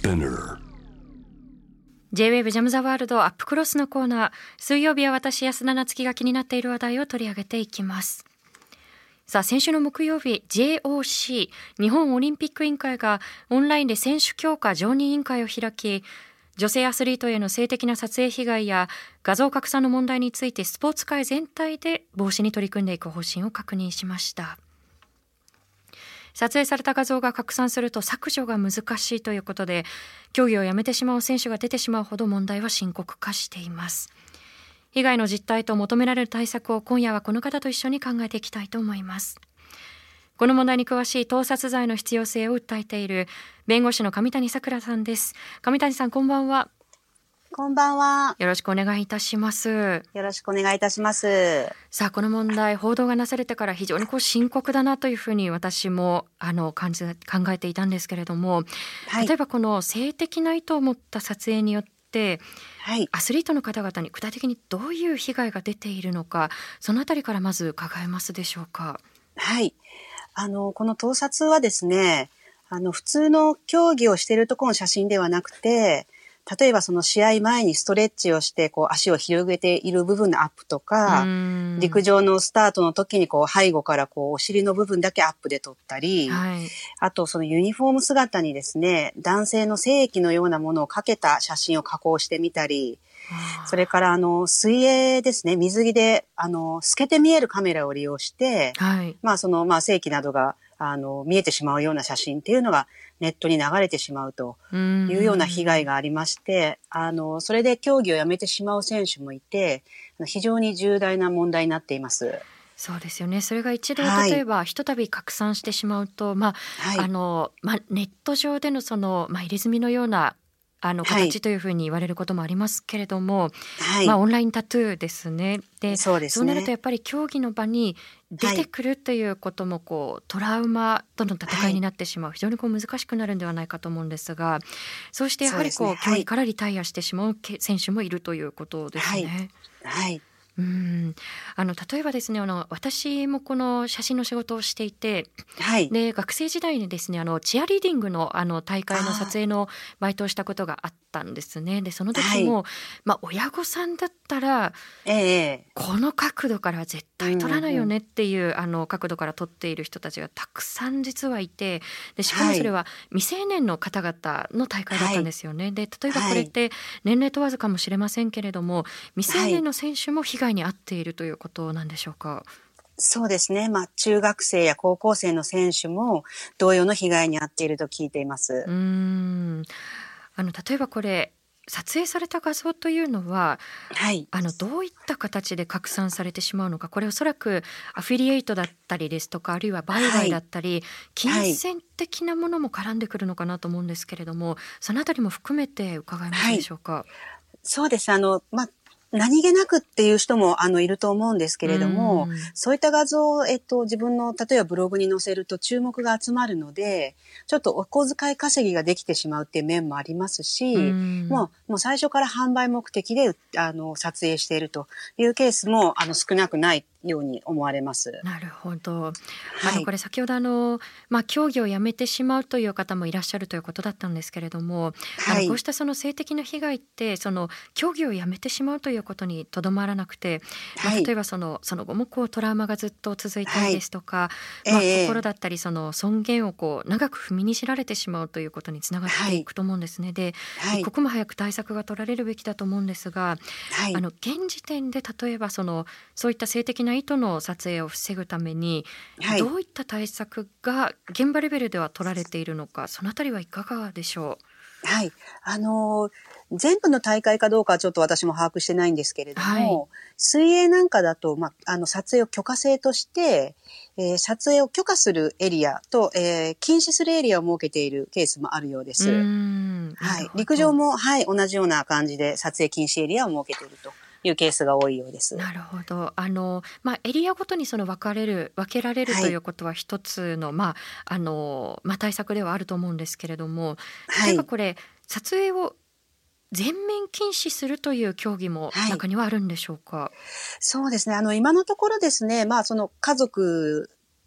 Spinner J-WAVE ジャムザワールドアップクロスのコーナー。水曜日は私安田なつきが気になっている話題を取り上げていきます。さあ、先週の木曜日 JOC 日本オリンピック委員会がオンラインで選手強化常任委員会を開き、女性アスリートへの性的な撮影被害や画像拡散の問題についてスポーツ界全体で防止に取り組んでいく方針を確認しました。撮影された画像が拡散すると削除が難しいということで、競技をやめてしまう選手が出てしまうほど問題は深刻化しています。被害の実態と求められる対策を今夜はこの方と一緒に考えていきたいと思います。この問題に詳しい盗撮罪の必要性を訴えている弁護士の上谷さくらさんです。上谷さん、こんばんは。 こんばんは。 よろしくお願いいたします。 よろしくお願いいたします。 さあ、この問題報道がなされてから非常に深刻だなというふうに私も考えていたんですけれども、例えばこの性的な意図を持った撮影によって、アスリートの方々に具体的にどういう被害が出ているのか、そのあたりからまず伺えますでしょうか。 はい、この盗撮はですね、普通の競技をしているところの写真ではなくて、例えばその試合前にストレッチをして足を広げている部分のアップとか、陸上のスタートの時に背後からお尻の部分だけアップで撮ったり、あとそのユニフォーム姿にですね、男性の精液のようなものをかけた写真を加工してみたり、それから水泳ですね、水着で透けて見えるカメラを利用して、精液などが見えてしまうような写真っていうのがネットに流れてしまうというような被害がありまして、それで競技をやめてしまう選手もいて、非常に重大な問題になっています。 そうですよね。それが一度例えばひとたび拡散してしまうと、ネット上での入れ墨のような形というふうに言われることもありますけれども、オンラインタトゥーですね。で、そうなるとやっぱり競技の場に出てくるということもトラウマとの戦いになってしまう、非常に難しくなるんではないかと思うんですが、そうしてやはり競技からリタイアしてしまう選手もいるということですね。例えばですね、私もこの写真の仕事をしていて、で学生時代にですね、チアリーディングの大会の撮影のバイトをしたことがあったんですね。でその時も、親御さんだったら、この角度からは絶対撮らないよねっていう角度から撮っている人たちがたくさん実はいて、でしかもそれは未成年の方々の大会だったんですよね。で例えばこれって年齢問わずかもしれませんけれども、未成年の選手も被害に遭っているということなんでしょうか。 そうですね、中学生や高校生の選手も同様の被害に遭っていると聞いています。 例えばこれ撮影された画像というのは、どういった形で拡散されてしまうのか。これおそらくアフィリエイトだったりですとか、あるいは売買だったり、金銭的なものも絡んでくるのかなと思うんですけれども、そのあたりも含めて伺えますでしょうか。 そうです。何気なくっていう人もいると思うんですけれども、そういった画像を、自分の例えばブログに載せると注目が集まるので、ちょっとお小遣い稼ぎができてしまうっていう面もありますし、もう最初から販売目的で撮影しているというケースも少なくないように思われます。 なるほど。これ先ほど競技をやめてしまうという方もいらっしゃるということだったんですけれども、こうした性的な被害って競技をやめてしまうということにとどまらなくて、例えばその後もトラウマがずっと続いたりですとか、心だったり尊厳を長く踏みにじられてしまうということにつながっていくと思うんですね。で、一刻も早く対策が取られるべきだと思うんですが、現時点で例えばそういった性的な意図の撮影を防ぐために、どういった対策が現場レベルでは取られているのか、そのあたりはいかがでしょう。 全部の大会かどうかはちょっと私も把握してないんですけれども、水泳なんかだと、撮影を許可制として、撮影を許可するエリアと、禁止するエリアを設けているケースもあるようです。陸上も、同じような感じで撮影禁止エリアを設けているというケースが多いようです。 なるほど。エリアごとに分けられるということは一つの、対策ではあると思うんですけれども、例えばこれ撮影を全面禁止するという競技も中にはあるんでしょうか。 そうですね。今のところですね、その家族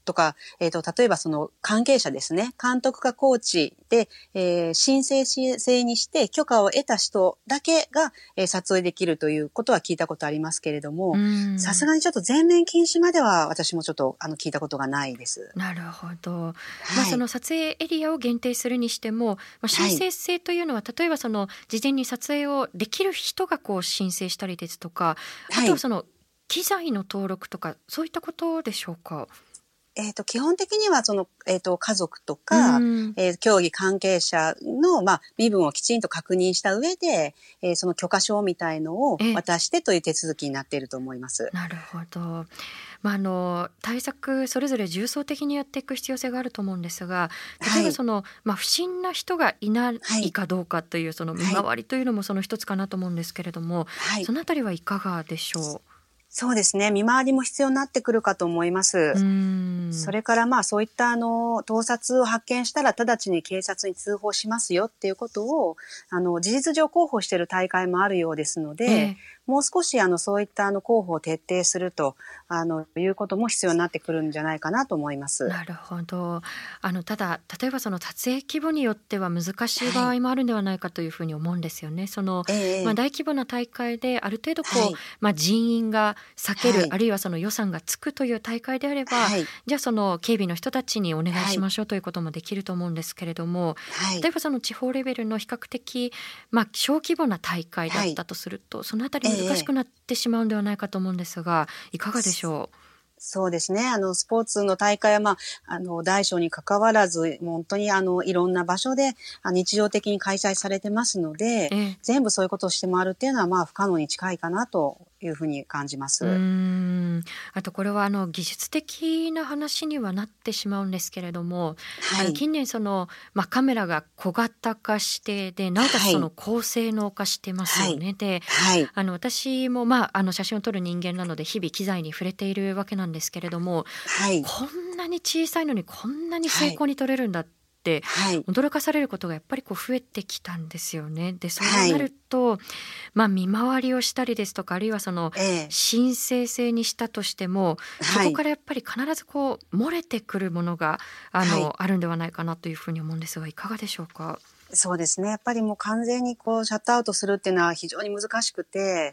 とか、例えばその関係者ですね、監督かコーチで、申請制にして許可を得た人だけが、撮影できるということは聞いたことありますけれども、さすがにちょっと全面禁止までは私もちょっと聞いたことがないです。 なるほど。 はい。 その撮影エリアを限定するにしても、申請制というのは、例えばその事前に撮影をできる人がこう申請したりですとか、あとはその機材の登録とかそういったことでしょうか。 基本的にはその、家族とか、競技関係者の、身分をきちんと確認した上で、その許可証みたいのを渡してという手続きになっていると思います。 なるほど。対策それぞれ重層的にやっていく必要性があると思うんですが、例えばその、不審な人がいないかどうかというその見回りというのもその一つかなと思うんですけれども、そのあたりはいかがでしょう。 そうですね。見回りも必要になってくるかと思います。それからそういった盗撮を発見したら直ちに警察に通報しますよっていうことを事実上広報している大会もあるようですので、もう少しそういった広報を徹底するということも必要になってくるんじゃないかなと思います。 なるほど。ただ例えばその撮影規模によっては難しい場合もあるんではないかというふうに思うんですよね。その、大規模な大会である程度人員が避ける、あるいはその予算がつくという大会であれば、じゃあその警備の人たちにお願いしましょうということもできると思うんですけれども、例えばその地方レベルの比較的、小規模な大会だったとすると、そのあたり難しくなってしまうんではないかと思うんですが、いかがでしょう。 そうですね。スポーツの大会は、大小に関わらず、本当にいろんな場所で日常的に開催されてますので、全部そういうことをして回るっていうのは、不可能に近いかなというふうに感じます。 あとこれは技術的な話にはなってしまうんですけれども、近年その、カメラが小型化してで、なおかつその高性能化してますよね。で、私も写真を撮る人間なので日々機材に触れているわけなんですけれども、こんなに小さいのにこんなに精巧に撮れるんだって驚かされることがやっぱり増えてきたんですよね。で、そうなると、見回りをしたりですとか、あるいはその申請制にしたとしても、そこからやっぱり必ず漏れてくるものがあるんではないかなというふうに思うんですが、いかがでしょうか。 そうですね。やっぱりもう完全にシャットアウトするっていうのは非常に難しくて、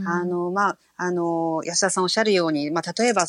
安田さんおっしゃるように、例えば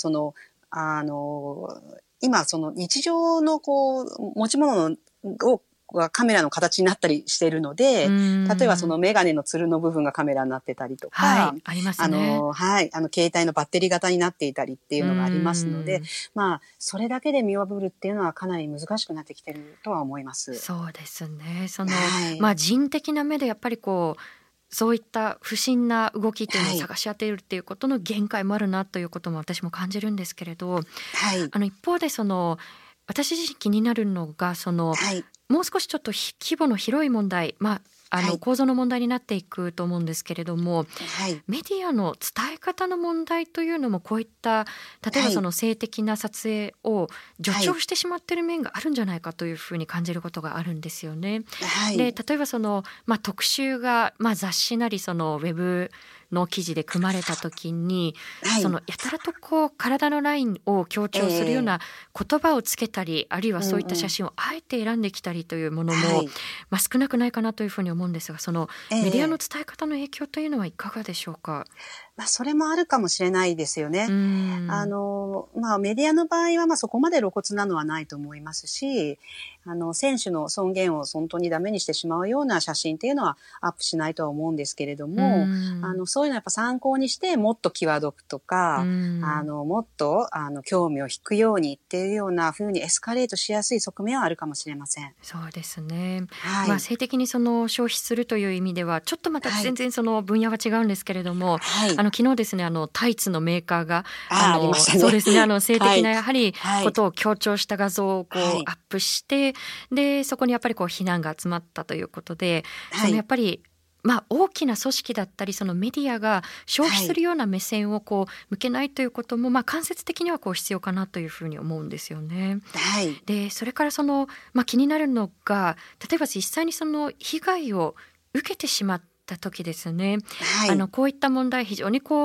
今日常の持ち物がカメラの形になったりしているので、例えばメガネのつるの部分がカメラになってたりとか、 ありますね。 携帯のバッテリー型になっていたりっていうのがありますので、それだけで見破るっていうのはかなり難しくなってきてるとは思います。 そうですね。人的な目でやっぱりそういった不審な動きっていうのを探し当てるっていうことの限界もあるなということも私も感じるんですけれど、一方で私自身気になるのがもう少しちょっと規模の広い問題、構造の問題になっていくと思うんですけれども、メディアの伝え方の問題というのもこういった例えば性的な撮影を助長してしまっている面があるんじゃないかというふうに感じることがあるんですよね。で、例えば特集が、雑誌なりウェブの記事で組まれた時に、やたらと体のラインを強調するような言葉をつけたり、あるいはそういった写真をあえて選んできたりというものも、少なくないかなというふうに思うんですが、メディアの伝え方の影響というのはいかがでしょうか。 それもあるかもしれないですよね。メディアの場合はそこまで露骨なのはないと思いますし、選手の尊厳を本当にダメにしてしまうような写真っていうのはアップしないとは思うんですけれども、そういうのはやっぱ参考にしてもっと際どくとか、もっと興味を引くようにっていうような風にエスカレートしやすい側面はあるかもしれません。 そうですね。性的に消費するという意味ではちょっとまた全然分野は違うんですけれども、昨日ですね、タイツのメーカーがありましたね。 そうですね、性的なやはりことを強調した画像をアップして、でそこにやっぱり非難が集まったということで、やっぱり大きな組織だったりメディアが消費するような目線を向けないということも、間接的には必要かなというふうに思うんですよね。でそれから気になるのが、例えば実際に被害を受けてしまった時ですね、こういった問題非常に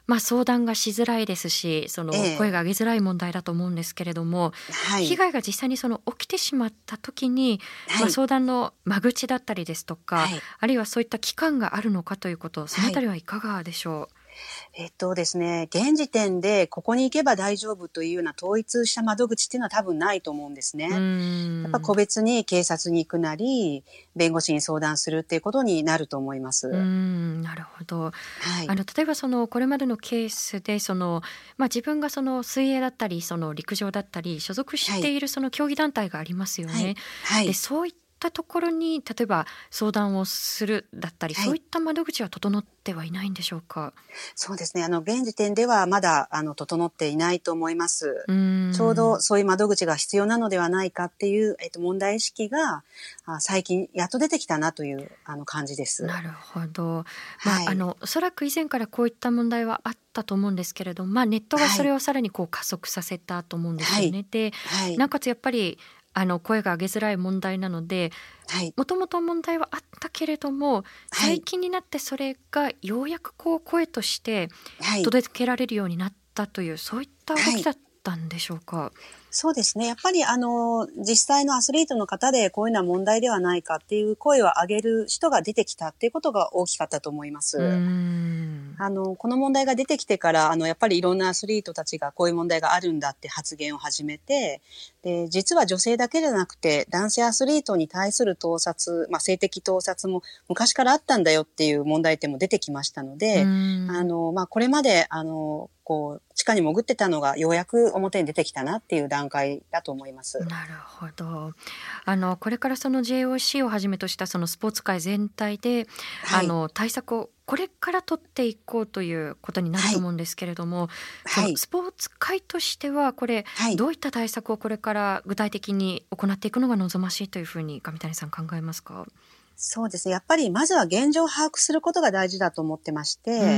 相談がしづらいですし、その声が上げづらい問題だと思うんですけれども、被害が実際にその起きてしまった時に、相談の間口だったりですとか、あるいはそういった期間があるのかということ、そのあたりはいかがでしょう。 ですね、現時点でここに行けば大丈夫というような統一した窓口っていうのは多分ないと思うんですね。やっぱ個別に警察に行くなり、弁護士に相談するっていうことになると思います。 なるほど。例えばこれまでのケースで自分が水泳だったり陸上だったり所属している競技団体がありますよね。でそういったところに例えば相談をするだったり、そういった窓口は整ってはいないんでしょうか。 そうですね。現時点ではまだ整っていないと思います。ちょうどそういう窓口が必要なのではないかっていう、問題意識が最近やっと出てきたなという感じです。 なるほど。おそらく以前からこういった問題はあったと思うんですけれども、ネットがそれをさらに加速させたと思うんですよね。で、なおかつやっぱり声が上げづらい問題なので、もともと問題はあったけれども、最近になってそれがようやく声として届けられるようになったという、そういった動きだったんでしょうか。 そうですね。やっぱり実際のアスリートの方でこういうのは問題ではないかっていう声を上げる人が出てきたっていうことが大きかったと思います。この問題が出てきてからやっぱりいろんなアスリートたちがこういう問題があるんだって発言を始めて、で実は女性だけじゃなくて男性アスリートに対する盗撮、性的盗撮も昔からあったんだよっていう問題点も出てきましたので、これまで地下に潜ってたのがようやく表に出てきたなっていう段階だと思います。 なるほど。これからJOC をはじめとしたスポーツ界全体で、対策をこれから取っていこうということになると思うんですけれども、スポーツ界としてはこれ、どういった対策をこれから具体的に行っていくのが望ましいというふうに上谷さん考えますか。 そうですね。やっぱりまずは現状を把握することが大事だと思ってまして、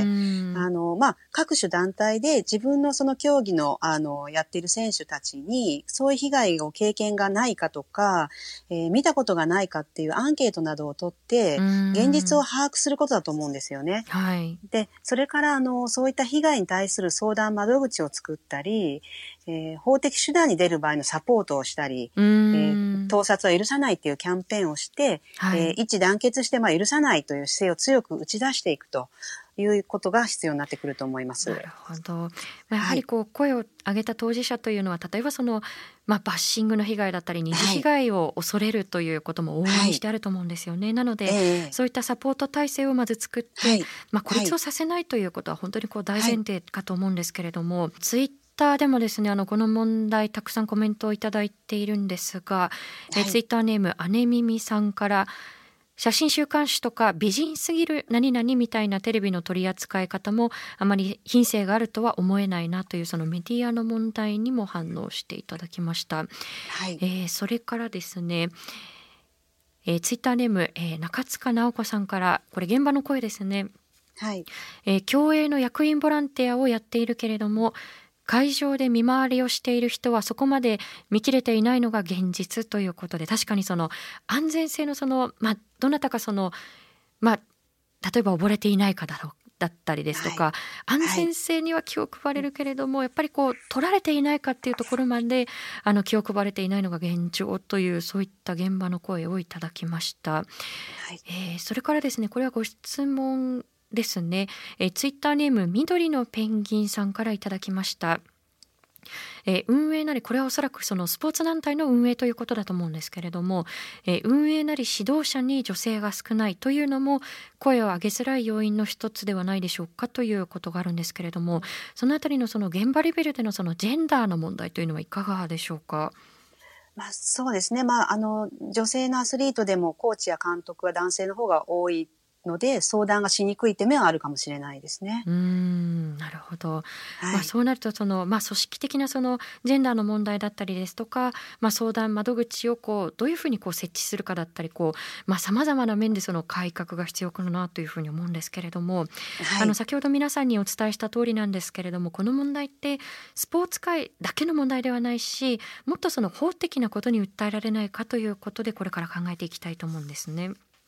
各種団体で自分の競技のやっている選手たちにそういう被害を経験がないかとか、見たことがないかっていうアンケートなどを取って現実を把握することだと思うんですよね。で、それからそういった被害に対する相談窓口を作ったり、法的手段に出る場合のサポートをしたり、盗撮は許さないっていうキャンペーンをして、一致団結して許さないという姿勢を強く打ち出していくということが必要になってくると思います。 なるほど。やはり声を上げた当事者というのは、例えばバッシングの被害だったり二次被害を恐れるということも往々にしてあると思うんですよね。なので、そういったサポート体制をまず作って、孤立をさせないということは本当に大前提かと思うんですけれども、ツイッターでもですね、この問題たくさんコメントをいただいているんですが、ツイッターネーム姉耳さんから、写真週刊誌とか美人すぎる何々みたいなテレビの取り扱い方もあまり品性があるとは思えないなというメディアの問題にも反応していただきました。それからですね、ツイッターネーム、中塚直子さんから、これ現場の声ですね。競泳の役員ボランティアをやっているけれども、会場で見回りをしている人はそこまで見切れていないのが現実ということで、確かに安全性のどなたか例えば溺れていないかだったりですとか、安全性には気を配れるけれども、やっぱり取られていないかっていうところまで気を配れていないのが現状という、そういった現場の声をいただきました。それからですね、これはご質問ですね。ツイッターネーム緑のペンギンさんからいただきました。運営なり、これはおそらくスポーツ団体の運営ということだと思うんですけれども、運営なり指導者に女性が少ないというのも声を上げづらい要因の一つではないでしょうかということがあるんですけれども、そのあたりの現場レベルでのジェンダーの問題というのはいかがでしょうか。 そうですね。女性のアスリートでもコーチや監督は男性の方が多いので、相談がしにくいって面はあるかもしれないですね。 なるほど。そうなると組織的なジェンダーの問題だったりですとか、相談窓口をどういうふうに設置するかだったり、さまざまな面で改革が必要かなというふうに思うんですけれども、先ほど皆さんにお伝えした通りなんですけれども、この問題ってスポーツ界だけの問題ではないし、もっと法的なことに訴えられないかということで、これから考えていきたいと思うんですね。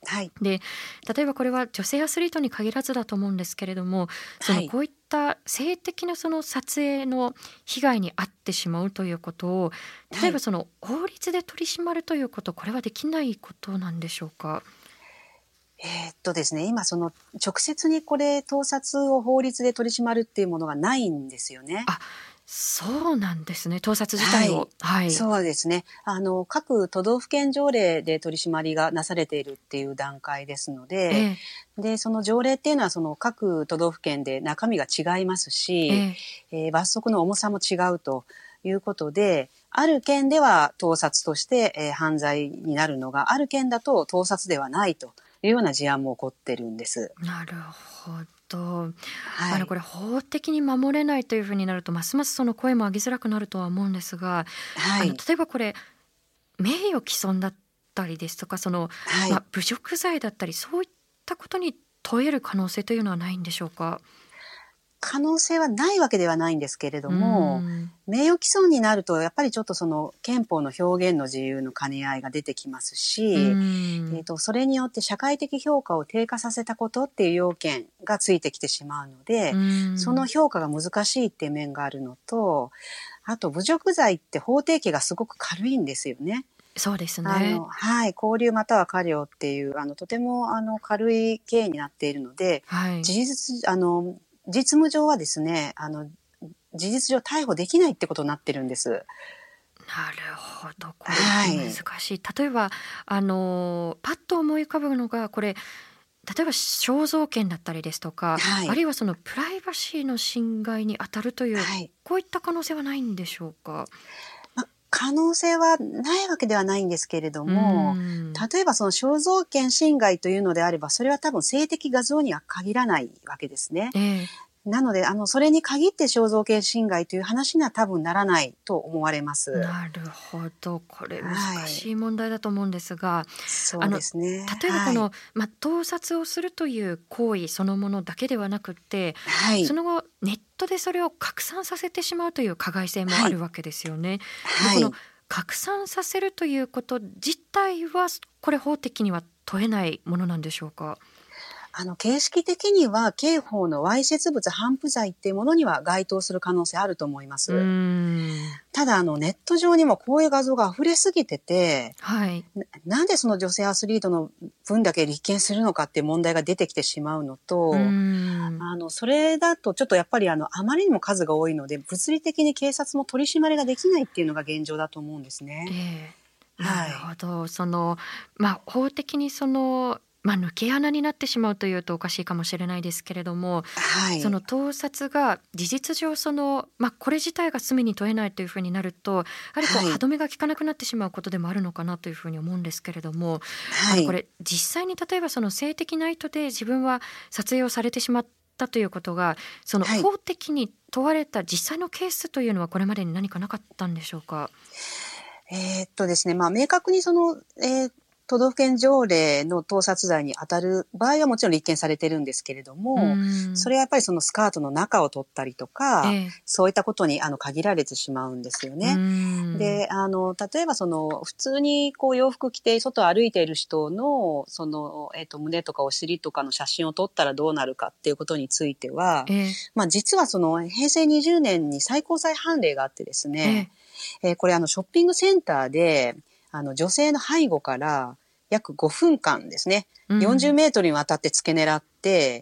はい。 で例えばこれは女性アスリートに限らずだと思うんですけれども、 はい。 こういった性的なその撮影の被害に遭ってしまうということを、例えばはい。 法律で取り締まるということ、これはできないことなんでしょうか？ ですね、今直接にこれ盗撮を法律で取り締まるっていうものがないんですよね。 あ、そうなんですね。盗撮自体を。 はい。 はい。 そうですね。各都道府県条例で取り締まりがなされているっていう段階ですので、 ええ、 で、その条例っていうのは各都道府県で中身が違いますし、 ええ。 罰則の重さも違うということで、ある県では盗撮として、犯罪になるのが、ある県だと盗撮ではないというような事案も起こってるんです。 なるほど。 はい。 これ法的に守れないというふうになると、ますますその声も上げづらくなるとは思うんですが、 はい。 例えばこれ名誉毀損だったりですとか、 はい。 侮辱罪だったり、そういったことに問える可能性というのはないんでしょうか？ 可能性はないわけではないんですけれどうーも、 ん。 名誉毀損になるとやっぱりちょっと憲法の表現の自由の兼ね合いが出てきますうーし、 ん。 それによって社会的評価を低下させたことっていう要件がついてきてしまうのうーで、そのん。 評価が難しいっていう面があるのと、あと侮辱罪って法定刑がすごく軽いんですよね。 そうですね。 はい、拘留または科料っていう、とても、軽い刑になっているので、 はい。 実務上はですね、事実上逮捕できないってことになってるんです。 なるほど、これ難はい。 しい。例えばパッと思い浮かぶのが、これ例えば肖像権だったりですとか、 はい。 あるいはそのプライバシーの侵害に当たるという、 はい。 こういった可能性はないんでしょうか？ 可能性はないわけではないんですけれどうーも、 ん。 例えばその肖像権侵害というのであれば、それは多分性的画像には限らないわけですね。 ええ。 なので、それに限って肖像権侵害という話には多分ならないと思われます。 なるほど、これ難はい。 しい問題だと思うんですが、 そうですね。 例えばはい。 盗撮をするという行為そのものだけではなくって、 はい。 その後ネットでそれを拡散させてしまうという加害性もはい。 あるわけですよね。で、このはい。 拡散させるということ自体は、これ法的には問えないものなんでしょうか？ 形式的には刑法のわいせつ物頒布罪っていうものには該当する可能性あると思いまうーす。 ん。 ただ、ネット上にもこういう画像が溢れすぎてて、 はい。 なんでその女性アスリートの分だけ立件するのかっていう問題が出てきてしまうのうーと、 ん。 それだとちょっとやっぱりあまりにも数が多いので、物理的に警察も取り締まりができないっていうのが現状だと思うんですね。 ええ、なるはい。 ほど。法的に抜け穴になってしまうというとおかしいかもしれないですけれども、 はい。 盗撮が事実上これ自体が罪に問えないというふうになると、やはりはい。 歯止めが効かなくなってしまうことでもあるのかなというふうに思うんですけれども、 はい。 これ実際に例えば性的な意図で自分は撮影をされてしまったということが、 はい。 法的に問われた実際のケースというのはこれまでに何かなかったんでしょうか？ ですね、明確に都道府県条例の盗撮罪に当たる場合はもちろん立件されてるんですけれどうーも、そん。 れはやっぱりそのスカートの中を取ったりとか、 ええ。 そういったことに限られてしまうんですようーね。 ん。 で、例えば普通にこう洋服着て外を歩いている人の、胸とかお尻とかの写真を撮ったらどうなるかっていうことについては、 ええ。 実は平成20年に最高裁判例があってですね、 ええ。 これショッピングセンターで、女性の背後から約5分間ですね、40メうん。 ートルにわたって付け狙って、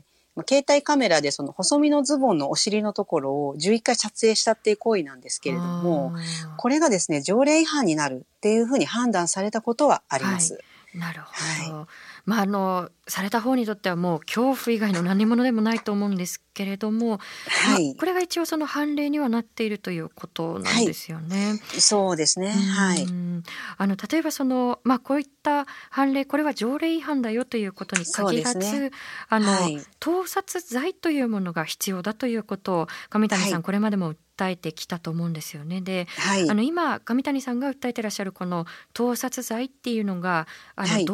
携帯カメラでその細身のズボンのお尻のところを11回撮影したっていう行為なんですけれども、 ああ。 これがですね、条例違反になるっていうふうに判断されたことはありまはい。 す。 なるほはい。 ど。された方にとってはもう恐怖以外の何物でもないと思うんですけれども、 はい。 これが一応その判例にはなっているということなはい。 んですよね。 そうですね。 うーはい。 ん。例えばこういった判例、これは条例違反だよということにそう限ですね。 らず、 はい。 盗撮罪というものが必要だということを上谷さんはい。 これまでも訴えてきたと思うんですよね。で、 はい。 今上谷さんが訴えてらっしゃるこの盗撮罪っていうのがはい。 どういった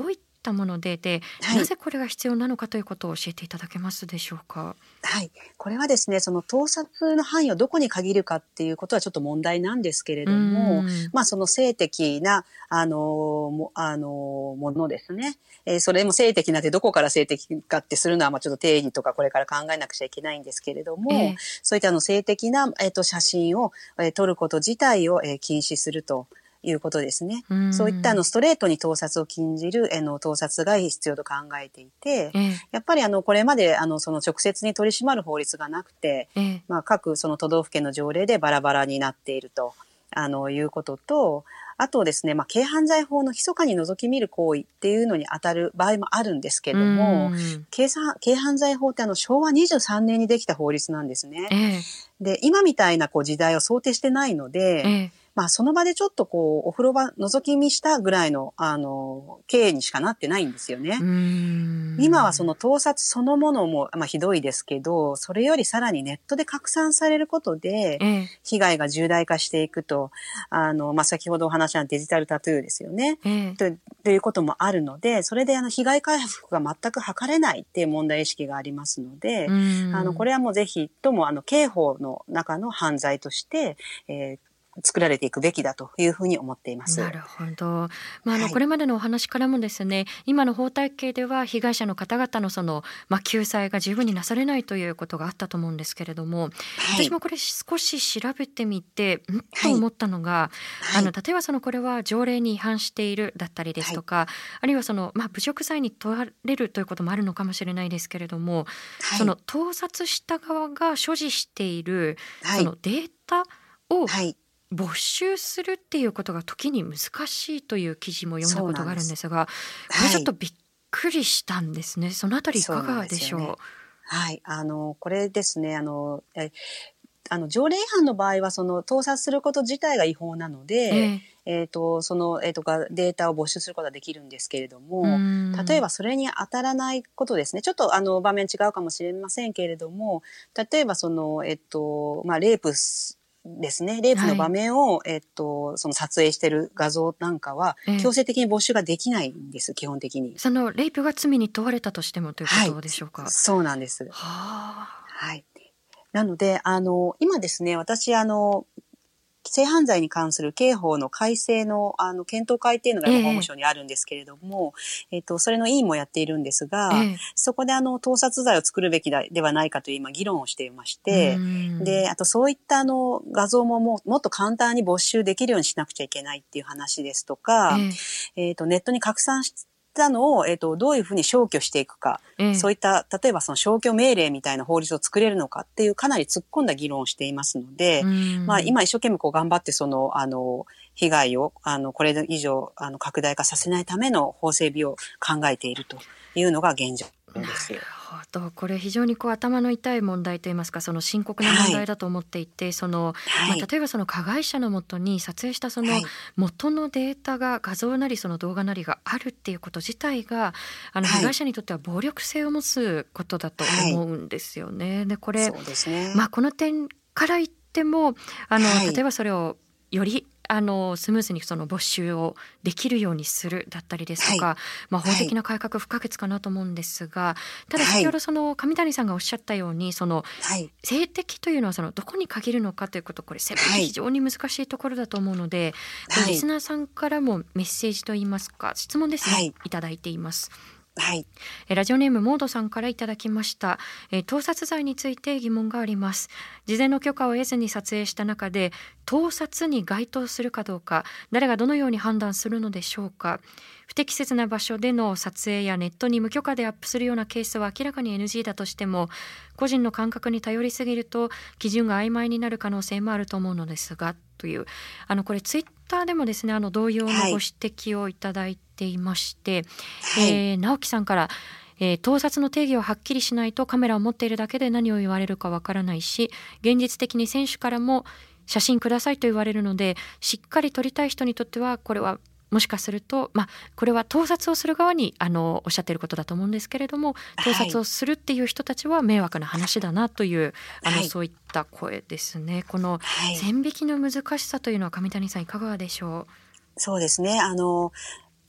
ったもので、なぜこれが必要なのかということを教えていただけますでしょうか。 はい。これはですね、その盗撮の範囲をどこに限るかっていうことはちょっと問題なんですけれども、その性的な、ものですね。それも性的なってどこから性的かってするのは、ちょっと定義とかこれから考えなくちゃいけないんですけれども、そういった性的な、写真を、撮ること自体を、禁止するということですね。そういったストレートに盗撮を禁じる盗撮が必要と考えていて、やっぱりこれまでその直接に取り締まる法律がなくて、各その都道府県の条例でバラバラになっているということと、あとですね、軽犯罪法の密かに覗き見る行為っていうのに当たる場合もあるんですけれども、軽犯罪法って昭和23年にできた法律なんですね。で、今みたいな時代を想定してないので、その場でちょっとお風呂場覗き見したぐらいの、刑にしかなってないんですよね。今はその盗撮そのものも、ひどいですけど、それよりさらにネットで拡散されることで、被害が重大化していくと、先ほどお話したデジタルタトゥーですよね。ということもあるので、それで被害回復が全く図れないっていう問題意識がありますので、これはもうぜひとも刑法の中の犯罪として、作られていくべきだというふうに思っています。 なるほど。これまでのお話からもですね、今の法体系では被害者の方々の救済が十分になされないということがあったと思うんですけれども、私もこれ少し調べてみてと思ったのが、例えばこれは条例に違反しているだったりですとか、あるいは侮辱罪に問われるということもあるのかもしれないですけれども、盗撮した側が所持しているデータを没収するっていうことが時に難しいという記事も読んだことがあるんですが、これちょっとびっくりしたんですね。そのあたりいかがでしょう。 これですね、条例違反の場合は盗撮すること自体が違法なので、データを没収することはできるんですけれども、例えばそれに当たらないことですね。ちょっと場面違うかもしれませんけれども、例えばレイプですね。レイプの場面を、撮影している画像なんかは、強制的に没収ができないんです、基本的に。 レイプが罪に問われたとしてもということでしょうか。 そうなんです。なので、今ですね、私、性犯罪に関する刑法の改正の検討会っていうのが法務省にあるんですけれども、それの委員もやっているんですが、そこで盗撮罪を作るべきではないかという今議論をしていまして、で、あとそういった画像ももっと簡単に没収できるようにしなくちゃいけないっていう話ですとか、ネットに拡散したのを、どういうふうに消去していくか、そういった例えば消去命令みたいな法律を作れるのかっていうかなり突っ込んだ議論をしていますので、今一生懸命頑張って被害をこれ以上拡大化させないための法整備を考えているというのが現状です。 なるほど。これ非常に頭の痛い問題といいますか、深刻な問題だと思っていて、例えば加害者のもとに撮影した元のデータが画像なり動画なりがあるっていうこと自体が被害者にとっては暴力性を持つことだと思うんですよね。でこれ、 そうですね。 この点から言っても例えばそれをよりスムーズに没収をできるようにするだったりですとか、法的な改革不可欠かなと思うんですが、ただ先ほど上谷さんがおっしゃったように性的というのはどこに限るのかということ、これ非常に難しいところだと思うので、リスナーさんからもメッセージといいますか質問ですね、いただいています。ラジオネームモードさんからいただきました。盗撮罪について疑問があります。事前の許可を得ずに撮影した中で盗撮に該当するかどうか、誰がどのように判断するのでしょうか。不適切な場所での撮影やネットに無許可でアップするようなケースは明らかに NG だとしても、個人の感覚に頼りすぎると基準が曖昧になる可能性もあると思うのですが、というこれツイッターでもですね同様のご指摘をいただいていまして、直樹さんから、盗撮の定義をはっきりしないとカメラを持っているだけで何を言われるかわからないし、現実的に選手からも写真くださいと言われるので、しっかり撮りたい人にとってはこれはもしかすると、これは盗撮をする側におっしゃっていることだと思うんですけれども、盗撮をするっていう人たちは迷惑な話だなというそういった声ですね。この線引きの難しさというのは上谷さんいかがでしょう。 そうですね。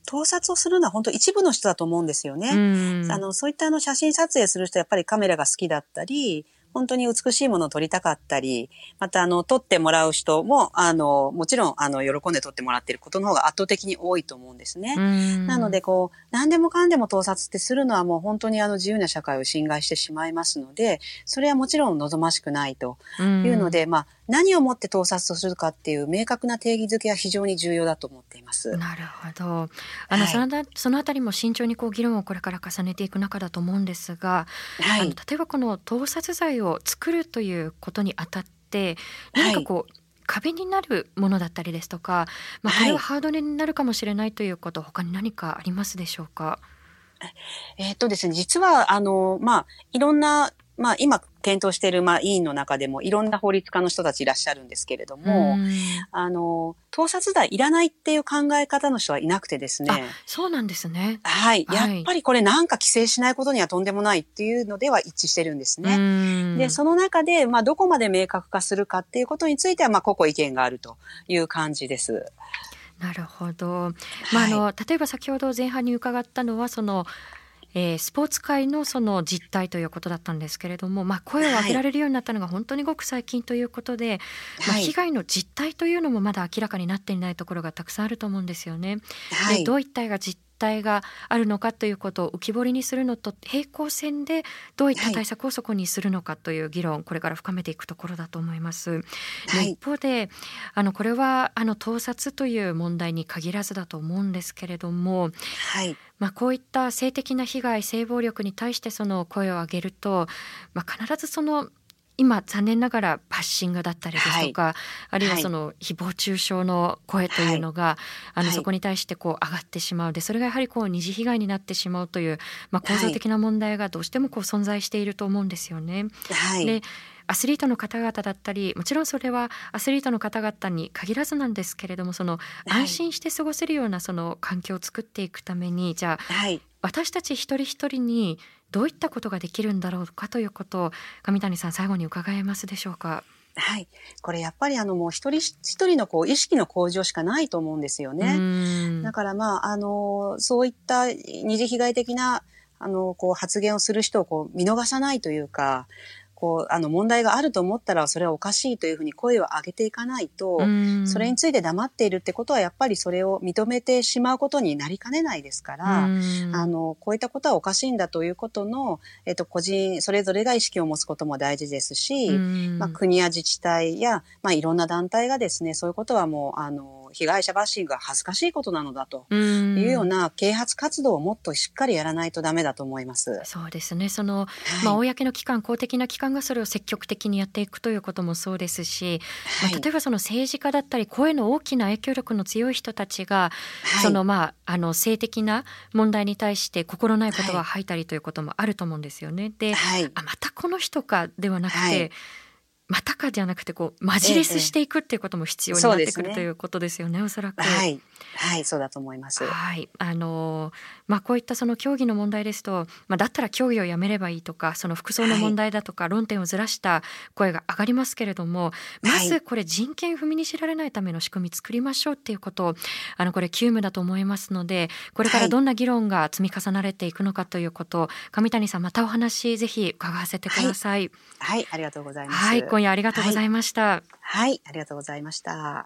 盗撮をするのは本当一部の人だと思うんですよね。そういった写真撮影する人はやっぱりカメラが好きだったり、本当に美しいものを撮りたかったり、また撮ってもらう人ももちろん喜んで撮ってもらっていることの方が圧倒的に多いと思うんですね。なので何でもかんでも盗撮ってするのはもう本当に自由な社会を侵害してしまいますので、それはもちろん望ましくないというので、何をもって盗撮とするかっていう明確な定義づけは非常に重要だと思っています。 なるほど。そのあたりも慎重に議論をこれから重ねていく中だと思うんですが、例えばこの盗撮罪を作るということにあたって何か壁になるものだったりですとか、これはハードルになるかもしれないということ、他に何かありますでしょうか？ ですね、実はいろんな今検討している委員の中でもいろんな法律家の人たちいらっしゃるんですけれども、盗撮罪いらないっていう考え方の人はいなくてですね。 そうなんですね。 やっぱりこれなんか規制しないことにはとんでもないっていうのでは一致してるんですね。で、その中でどこまで明確化するかっていうことについては個々意見があるという感じです。 なるほど。例えば先ほど前半に伺ったのはスポーツ界のその実態ということだったんですけれども、声を上げられるようになったのが本当にごく最近ということで、被害の実態というのもまだ明らかになっていないところがたくさんあると思うんですよね。で、どういった実態があるのかということを浮き彫りにするのと平行線でどういった対策をそこにするのかという議論、これから深めていくところだと思います。で、一方でこれは盗撮という問題に限らずだと思うんですけれども、こういった性的な被害、性暴力に対してその声を上げると、必ず今残念ながらバッシングだったりですとか、あるいはその誹謗中傷の声というのが、そこに対して上がってしまうで、それがやはり二次被害になってしまうという、構造的な問題がどうしても存在していると思うんですよね。で、アスリートの方々だったり、もちろんそれはアスリートの方々に限らずなんですけれども、安心して過ごせるような環境を作っていくために、じゃあ、私たち一人一人にどういったことができるんだろうかということを上谷さん、最後に伺えますでしょうか？ これやっぱりもう一人一人の意識の向上しかないと思うんですよね。だからそういった二次被害的な発言をする人を見逃さないというか、問題があると思ったらそれはおかしいというふうに声を上げていかないと、それについて黙っているってことはやっぱりそれを認めてしまうことになりかねないですから、こういったことはおかしいんだということの、個人それぞれが意識を持つことも大事ですし、国や自治体や、いろんな団体がですね、そういうことはもう被害者バッシングが恥ずかしいことなのだというような啓発活動をもっとしっかりやらないとダメだと思います。 そうですね。公の機関、公的な機関がそれを積極的にやっていくということもそうですし、例えば政治家だったり声の大きな影響力の強い人たちが、性的な問題に対して心ない言葉を吐いたりということもあると思うんですよね。で、またこの人かではなくて、またかじゃなくてマジレスしていくっていうことも必要になってくる、ということですよね、おそらく。 そうだと思います。 こういった競技の問題ですと、だったら競技をやめればいいとか、服装の問題だとか、論点をずらした声が上がりますけれども、まずこれ人権踏みにじられないための仕組み作りましょうっていうことをこれ急務だと思いますので、これからどんな議論が積み重なれていくのかということを、上谷さん、またお話ぜひ伺わせてください。 ありがとうございます。 今夜ありがとうございました。 ありがとうございました。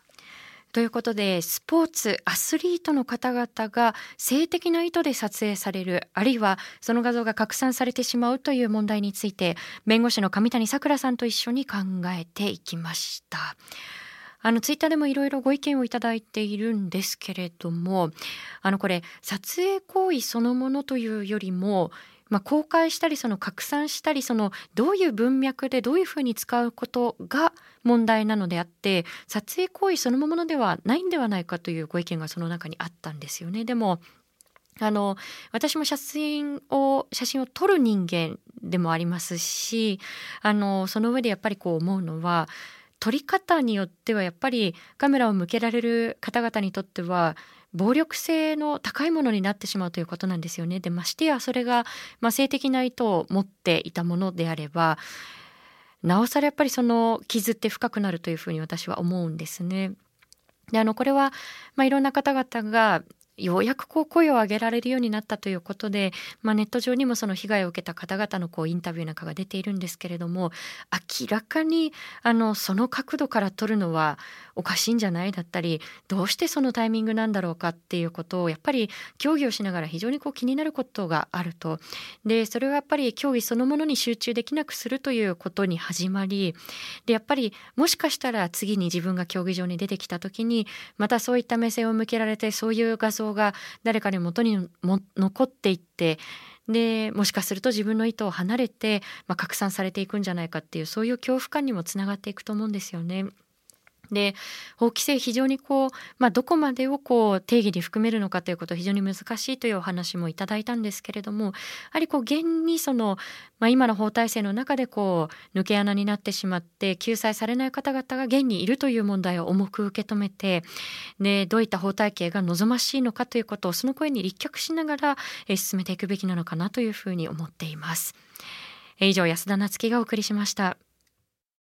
ということで、スポーツアスリートの方々が性的な意図で撮影される、あるいはその画像が拡散されてしまうという問題について、弁護士の上谷さくらさんと一緒に考えていきました。ツイッターでもいろいろご意見をいただいているんですけれども、これ撮影行為そのものというよりも、公開したり拡散したり、どういう文脈でどういうふうに使うことが問題なのであって、撮影行為そのものではないんではないかというご意見がその中にあったんですよね。でも私も写真を撮る人間でもありますし、その上でやっぱり思うのは、撮り方によってはやっぱりカメラを向けられる方々にとっては暴力性の高いものになってしまうということなんですよね。で、ましてやそれが、性的な意図を持っていたものであれば、なおさらやっぱりその傷って深くなるというふうに私は思うんですね。で、これは、いろんな方々がようやく声を上げられるようになったということで、ネット上にもその被害を受けた方々のインタビューなんかが出ているんですけれども、明らかにその角度から撮るのはおかしいんじゃないだったり、どうしてそのタイミングなんだろうかっていうことをやっぱり競技をしながら非常に気になることがあると。でそれはやっぱり競技そのものに集中できなくするということに始まり、でやっぱりもしかしたら次に自分が競技場に出てきた時にまたそういった目線を向けられて、そういう画像が誰かに元に残っていって、でもしかすると自分の意図を離れて、拡散されていくんじゃないかっていう、そういう恐怖感にもつながっていくと思うんですよね。で法規制非常にどこまでを定義に含めるのかということは非常に難しいというお話もいただいたんですけれども、やはり現に今の法体制の中で抜け穴になってしまって救済されない方々が現にいるという問題を重く受け止めて、でどういった法体系が望ましいのかということをその声に立脚しながら進めていくべきなのかなというふうに思っています。以上、安田なつきがお送りしました。